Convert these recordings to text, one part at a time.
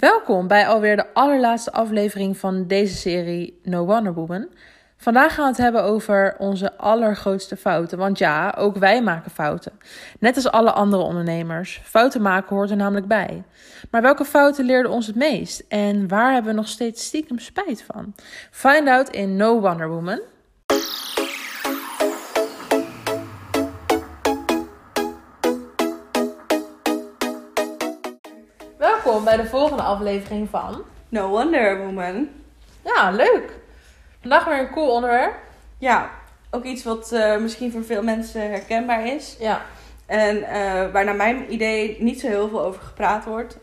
Welkom bij alweer de allerlaatste aflevering van deze serie No Wonder Woman. Vandaag gaan we het hebben over onze allergrootste fouten. Want ja, ook wij maken fouten. Net als alle andere ondernemers. Fouten maken hoort er namelijk bij. Maar welke fouten leerden ons het meest? En waar hebben we nog steeds stiekem spijt van? Find out in No Wonder Woman. Welkom bij de volgende aflevering van No Wonder Woman. Ja, leuk. Vandaag weer een cool onderwerp. Ja, ook iets wat misschien voor veel mensen herkenbaar is. Ja. En waar naar mijn idee niet zo heel veel over gepraat wordt.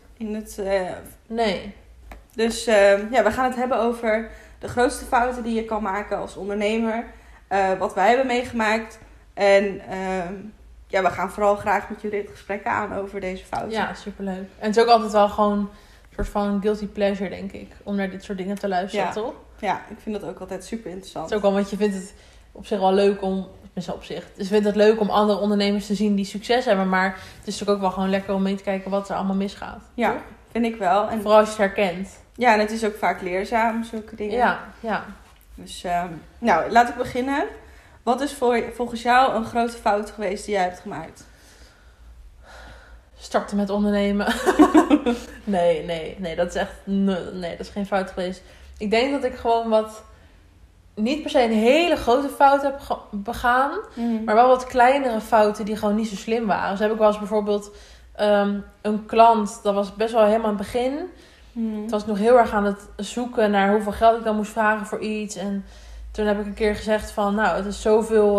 Nee. Dus we gaan het hebben over de grootste fouten die je kan maken als ondernemer. Wat wij hebben meegemaakt. En we gaan vooral graag met jullie het gesprek aan over deze fouten. Ja, superleuk. En het is ook altijd wel gewoon een soort van guilty pleasure, denk ik. Om naar dit soort dingen te luisteren, Ja. toch? Ja, ik vind dat ook altijd super interessant. Het is ook wel, want je vindt het op zich wel leuk om... Tenminste op zich. Dus je vindt het leuk om andere ondernemers te zien die succes hebben. Maar het is natuurlijk ook wel gewoon lekker om mee te kijken wat er allemaal misgaat. Ja, toch? vind ik wel. En vooral als je het herkent. ja, en het is ook vaak leerzaam, zulke dingen. Ja. Dus laat ik beginnen. Wat is volgens jou een grote fout geweest die jij hebt gemaakt? Starten met ondernemen. Nee, dat is echt... Nee, dat is geen fout geweest. Ik denk dat ik gewoon niet per se een hele grote fout heb begaan. Maar wel wat kleinere fouten die gewoon niet zo slim waren. Dus heb ik wel eens bijvoorbeeld een klant. Dat was best wel helemaal aan het begin. Toen was ik nog heel erg aan het zoeken naar hoeveel geld ik dan moest vragen voor iets. En toen heb ik een keer gezegd van, nou, het is zoveel...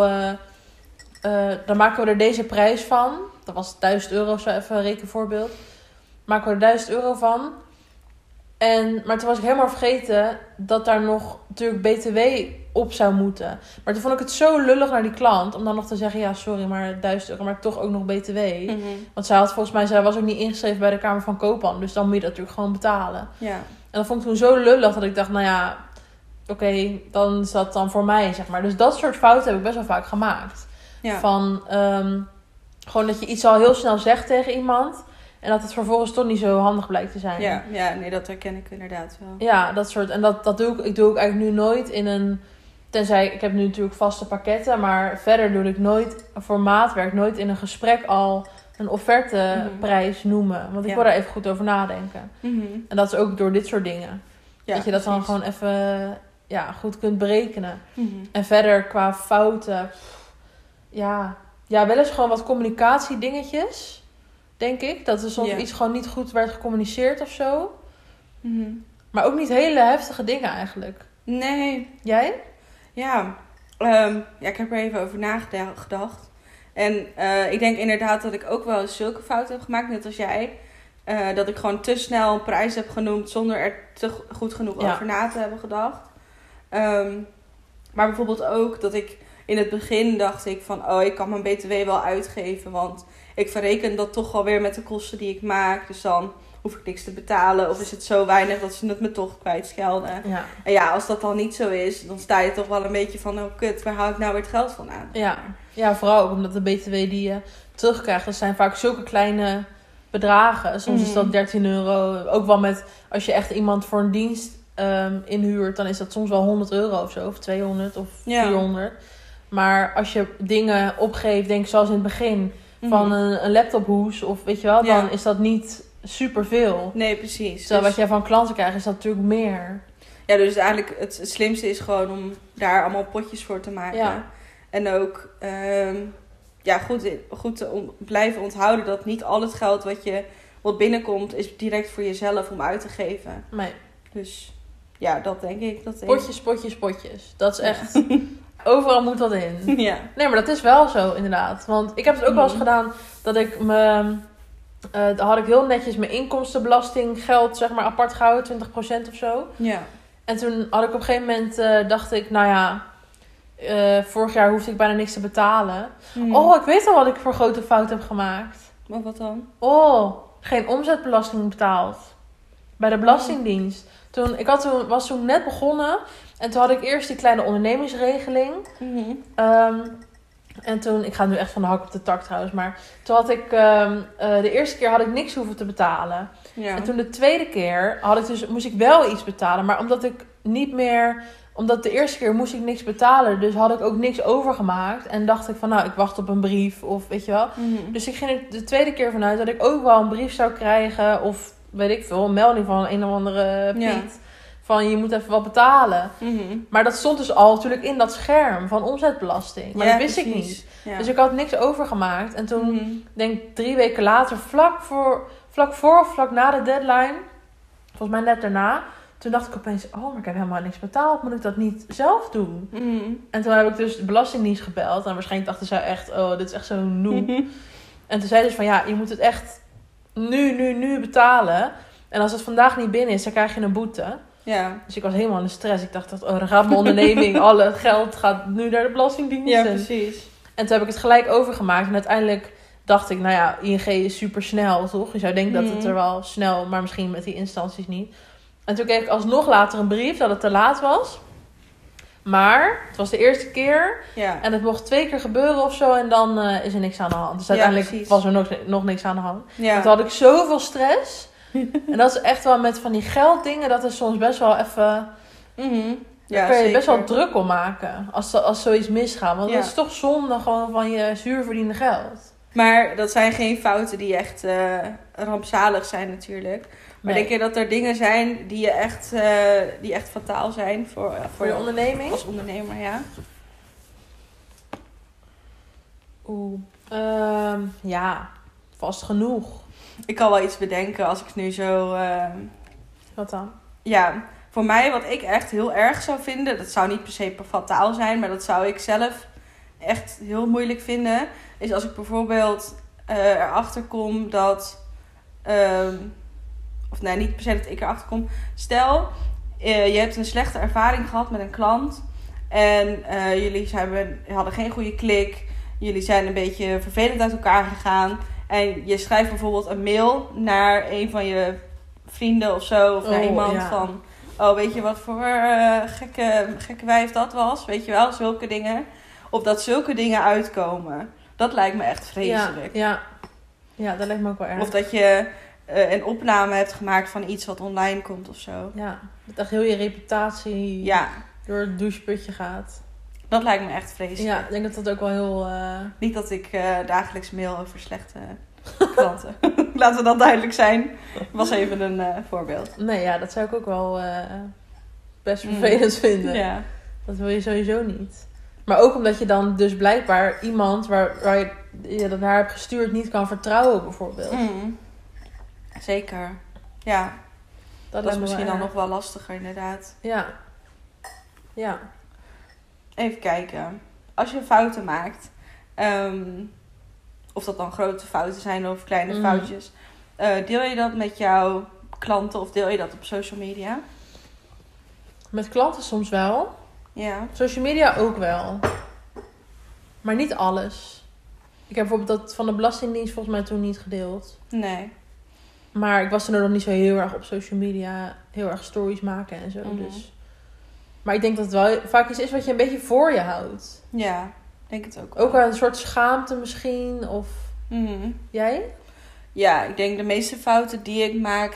dan maken we er deze prijs van. Dat was €1000, zo even een rekenvoorbeeld. Maken we er €1000 van. Maar toen was ik helemaal vergeten dat daar nog natuurlijk BTW op zou moeten. Maar toen vond ik het zo lullig naar die klant. Om dan nog te zeggen, ja sorry, maar €1000, maar toch ook nog BTW. Want zij was ook niet ingeschreven bij de Kamer van Koophandel. Dus dan moet je dat natuurlijk gewoon betalen. Ja. En dat vond ik toen zo lullig dat ik dacht, nou ja, oké, dan is dat dan voor mij, zeg maar. Dus dat soort fouten heb ik best wel vaak gemaakt. Ja. Van gewoon dat je iets al heel snel zegt tegen iemand. En dat het vervolgens toch niet zo handig blijkt te zijn. Ja, nee, dat herken ik inderdaad wel. Ja, dat soort. En dat doe ik. Ik doe ook eigenlijk nu nooit in een... Tenzij, ik heb nu natuurlijk vaste pakketten. Maar verder doe ik nooit voor maatwerk. Nooit in een gesprek al een offerteprijs noemen. Want ik wil daar even goed over nadenken. En dat is ook door dit soort dingen. Ja, dat je dat dan precies. gewoon even goed kunt berekenen. En verder qua fouten... Ja, wel eens gewoon wat communicatiedingetjes, denk ik. Dat er soms iets gewoon niet goed werd gecommuniceerd of zo. Maar ook niet hele heftige dingen eigenlijk. Nee. Jij? Ja, ik heb er even over nagedacht. En ik denk inderdaad dat ik ook wel zulke fouten heb gemaakt, net als jij. Dat ik gewoon te snel een prijs heb genoemd zonder er te goed genoeg over na te hebben gedacht. Maar bijvoorbeeld ook dat ik... In het begin dacht ik van, ik kan mijn BTW wel uitgeven. Want ik verreken dat toch alweer met de kosten die ik maak. Dus dan hoef ik niks te betalen. Of is het zo weinig dat ze het me toch kwijtschelden. Ja. En ja, als dat dan niet zo is, dan sta je toch wel een beetje van, kut, waar haal ik nou weer het geld van aan? Ja, vooral ook omdat de BTW die je terugkrijgt, dat zijn vaak zulke kleine bedragen. Soms is dat €13. Ook wel met, als je echt iemand voor een dienst inhuurt, dan is dat soms wel €100 of zo. Of 200 of 400. Maar als je dingen opgeeft, denk ik zoals in het begin, van een laptophoes of weet je wel, dan is dat niet superveel. Nee, precies. Terwijl wat jij van klanten krijgt, is dat natuurlijk meer. Ja, dus eigenlijk het slimste is gewoon om daar allemaal potjes voor te maken. Ja. En ook goed te blijven onthouden dat niet al het geld wat binnenkomt, is direct voor jezelf om uit te geven. Nee. Dus ja, dat denk ik. Potjes. Dat is echt... Overal moet dat in. Ja. Nee, maar dat is wel zo, inderdaad. Want ik heb het ook wel eens gedaan dat ik dan had ik heel netjes mijn inkomstenbelasting geld, zeg maar, apart gehouden, 20% of zo. Ja. En toen had ik op een gegeven moment, dacht ik, nou ja, vorig jaar hoefde ik bijna niks te betalen. Ik weet al wat ik voor grote fout heb gemaakt. Maar wat dan? Geen omzetbelasting betaald. Bij de Belastingdienst. Was toen net begonnen. En toen had ik eerst die kleine ondernemingsregeling. En toen, ik ga nu echt van de hak op de tak trouwens, maar toen had ik, de eerste keer had ik niks hoeven te betalen. Ja. En toen de tweede keer moest ik wel iets betalen, maar omdat de eerste keer moest ik niks betalen, dus had ik ook niks overgemaakt. En dacht ik van, nou, ik wacht op een brief of weet je wel. Mhm. Dus ik ging er de tweede keer vanuit dat ik ook wel een brief zou krijgen of weet ik veel, een melding van een of andere Piet. Ja. Van, je moet even wat betalen. Mhm. Maar dat stond dus al natuurlijk in dat scherm van omzetbelasting. Maar Ja, dat wist ik precies. niet. Ja. Dus ik had niks overgemaakt. En toen, Mhm. denk ik 3 weken later, vlak voor of vlak na de deadline, volgens mij net daarna, toen dacht ik opeens, oh, maar ik heb helemaal niks betaald. Moet ik dat niet zelf doen? Mhm. En toen heb ik dus de Belastingdienst gebeld. En waarschijnlijk dachten zij echt, oh, dit is echt zo'n noob. En toen zeiden ze van, ja, je moet het echt nu betalen. En als het vandaag niet binnen is, dan krijg je een boete. Ja. Dus ik was helemaal in de stress. Ik dacht, oh, dan gaat mijn onderneming, alle het geld gaat nu naar de Belastingdienst. Ja, precies. En toen heb ik het gelijk overgemaakt. En uiteindelijk dacht ik, nou ja, ING is super snel, toch? Je zou denken dat het er wel snel, maar misschien met die instanties niet. En toen kreeg ik alsnog later een brief dat het te laat was. Maar het was de eerste keer. Ja. En het mocht 2 keer gebeuren of zo. En dan is er niks aan de hand. Dus Ja, uiteindelijk precies. was er nog niks aan de hand. Ja. En toen had ik zoveel stress. En dat is echt wel met van die gelddingen. Dat is soms best wel even... Mhm. Daar kun je zeker. best wel druk om maken. Als zoiets misgaat. Want Ja. dat is toch zonde gewoon van je zuur verdiende geld. Maar dat zijn geen fouten die echt rampzalig zijn natuurlijk. Maar Nee. denk je dat er dingen zijn die echt fataal zijn Voor je onderneming? als ondernemer, ja? Ja, vast genoeg. Ik kan wel iets bedenken als ik nu zo... Wat dan? ja, voor mij wat ik echt heel erg zou vinden... Dat zou niet per se fataal zijn, maar dat zou ik zelf echt heel moeilijk vinden. Is als ik bijvoorbeeld erachter kom dat... of nee, niet per se dat ik erachter kom. Stel, je hebt een slechte ervaring gehad met een klant. En jullie hadden geen goede klik. Jullie zijn een beetje vervelend uit elkaar gegaan. En je schrijft bijvoorbeeld een mail naar een van je vrienden of zo. Of naar iemand van... Oh, weet je wat voor gekke wijf dat was? Weet je wel, zulke dingen. Of dat zulke dingen uitkomen. Dat lijkt me echt vreselijk. Ja, dat lijkt me ook wel erg. Of dat je een opname hebt gemaakt van iets wat online komt of zo. Ja, dat echt heel je reputatie door het doucheputje gaat. Dat lijkt me echt vreselijk. Ja, ik denk dat dat ook wel heel... Niet dat ik dagelijks mail over slechte klanten. Laten we dat duidelijk zijn. Was even een voorbeeld. Nee, ja, dat zou ik ook wel best vervelend vinden. Ja. Dat wil je sowieso niet. Maar ook omdat je dan dus blijkbaar iemand waar je dat naar hebt gestuurd niet kan vertrouwen bijvoorbeeld. Zeker. Ja. Dat is misschien dan nog. nog wel lastiger inderdaad. Ja. Even kijken. Als je fouten maakt. Of dat dan grote fouten zijn of kleine foutjes. Deel je dat met jouw klanten of deel je dat op social media? Met klanten soms wel. Ja. Social media ook wel. Maar niet alles. Ik heb bijvoorbeeld dat van de Belastingdienst volgens mij toen niet gedeeld. Nee. Maar ik was er nog niet zo heel erg op social media. Heel erg stories maken en zo. Dus. Maar ik denk dat het wel vaak iets is wat je een beetje voor je houdt. Ja, denk het ook. Ook een soort schaamte misschien. Of jij? Ja, ik denk de meeste fouten die ik maak,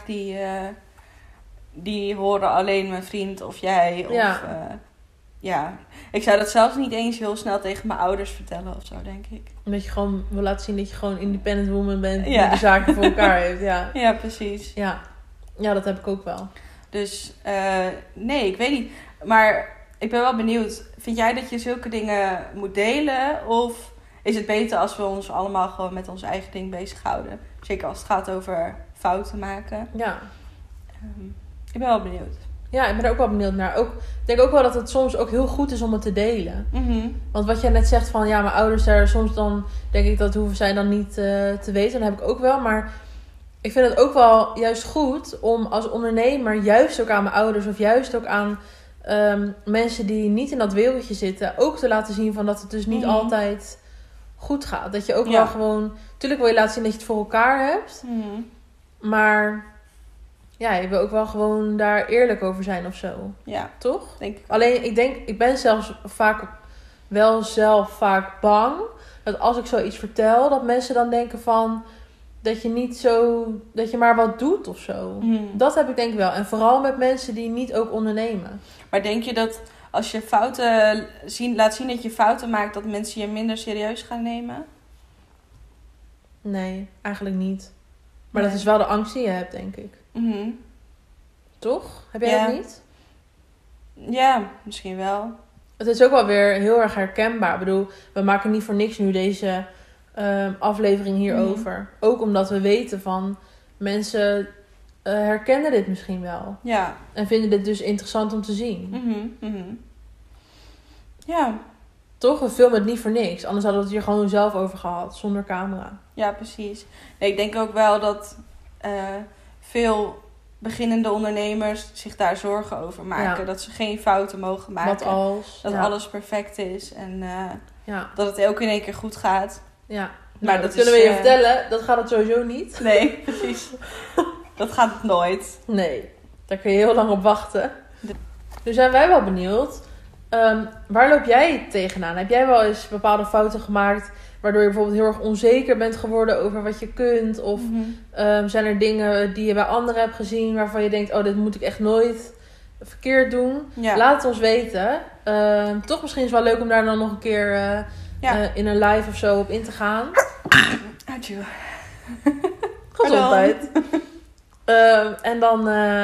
die horen alleen mijn vriend of jij. Of, ja, ik zou dat zelfs niet eens heel snel tegen mijn ouders vertellen of zo, denk ik. Omdat je gewoon wil laten zien dat je gewoon independent woman bent. Die de zaken voor elkaar heeft. Ja, ja precies. Ja, dat heb ik ook wel. Dus nee, ik weet niet. Maar ik ben wel benieuwd. Vind jij dat je zulke dingen moet delen? Of is het beter als we ons allemaal gewoon met ons eigen ding bezighouden? Zeker als het gaat over fouten maken. Ja. Ik ben wel benieuwd. Ja, ik ben er ook wel benieuwd naar. Ik denk ook wel dat het soms ook heel goed is om het te delen. Want wat jij net zegt van... Ja, mijn ouders daar soms dan... Denk ik dat hoeven zij dan niet te weten. Dat heb ik ook wel. Maar ik vind het ook wel juist goed om als ondernemer... Juist ook aan mijn ouders of juist ook aan... mensen die niet in dat wereldje zitten... ook te laten zien van dat het dus niet altijd goed gaat. Dat je ook wel gewoon... Tuurlijk wil je laten zien dat je het voor elkaar hebt. Maar ja, je wil ook wel gewoon daar eerlijk over zijn of zo. Ja, toch? denk ik. Alleen ik ben zelfs vaak wel zelf vaak bang dat als ik zoiets vertel, dat mensen dan denken van dat je niet zo, dat je maar wat doet of zo. Dat heb ik denk ik wel. En vooral met mensen die niet ook ondernemen. Maar denk je dat als je fouten laat zien dat je fouten maakt, dat mensen je minder serieus gaan nemen? Nee, eigenlijk niet. Maar Nee. dat is wel de angst die je hebt, denk ik. Toch? Heb jij Ja. dat niet? Ja, misschien wel. Het is ook wel weer heel erg herkenbaar. Ik bedoel, we maken niet voor niks nu deze aflevering hierover. Ook omdat we weten van mensen herkennen dit misschien wel. Ja. En vinden dit dus interessant om te zien. Ja. Toch? We filmen het niet voor niks. Anders hadden we het hier gewoon zelf over gehad. Zonder camera. Ja, precies. Nee, ik denk ook wel dat veel beginnende ondernemers zich daar zorgen over maken. Ja. Dat ze geen fouten mogen maken. Wat als? Dat ja. alles perfect is. En Ja. dat het ook in één keer goed gaat. Ja. Maar Nou, dat dat kunnen is, we je vertellen. Dat gaat het sowieso niet. Nee, precies. Dat gaat het nooit. Nee. Daar kun je heel lang op wachten. Nu zijn wij wel benieuwd. Waar loop jij tegenaan? Heb jij wel eens bepaalde fouten gemaakt waardoor je bijvoorbeeld heel erg onzeker bent geworden over wat je kunt? Of zijn er dingen die je bij anderen hebt gezien waarvan je denkt, oh, dit moet ik echt nooit verkeerd doen? Ja. Laat het ons weten. Toch misschien is het wel leuk om daar dan nog een keer in een live of zo op in te gaan. Adieu. Gezondheid. En dan,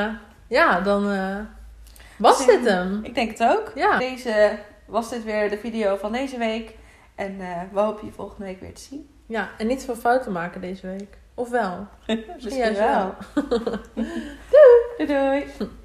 was dit hem. Ik denk het ook. Ja. Deze was dit weer de video van deze week. En we hopen je volgende week weer te zien. Ja, en niet veel fouten maken deze week. Of wel? Misschien juist wel. Doei doei.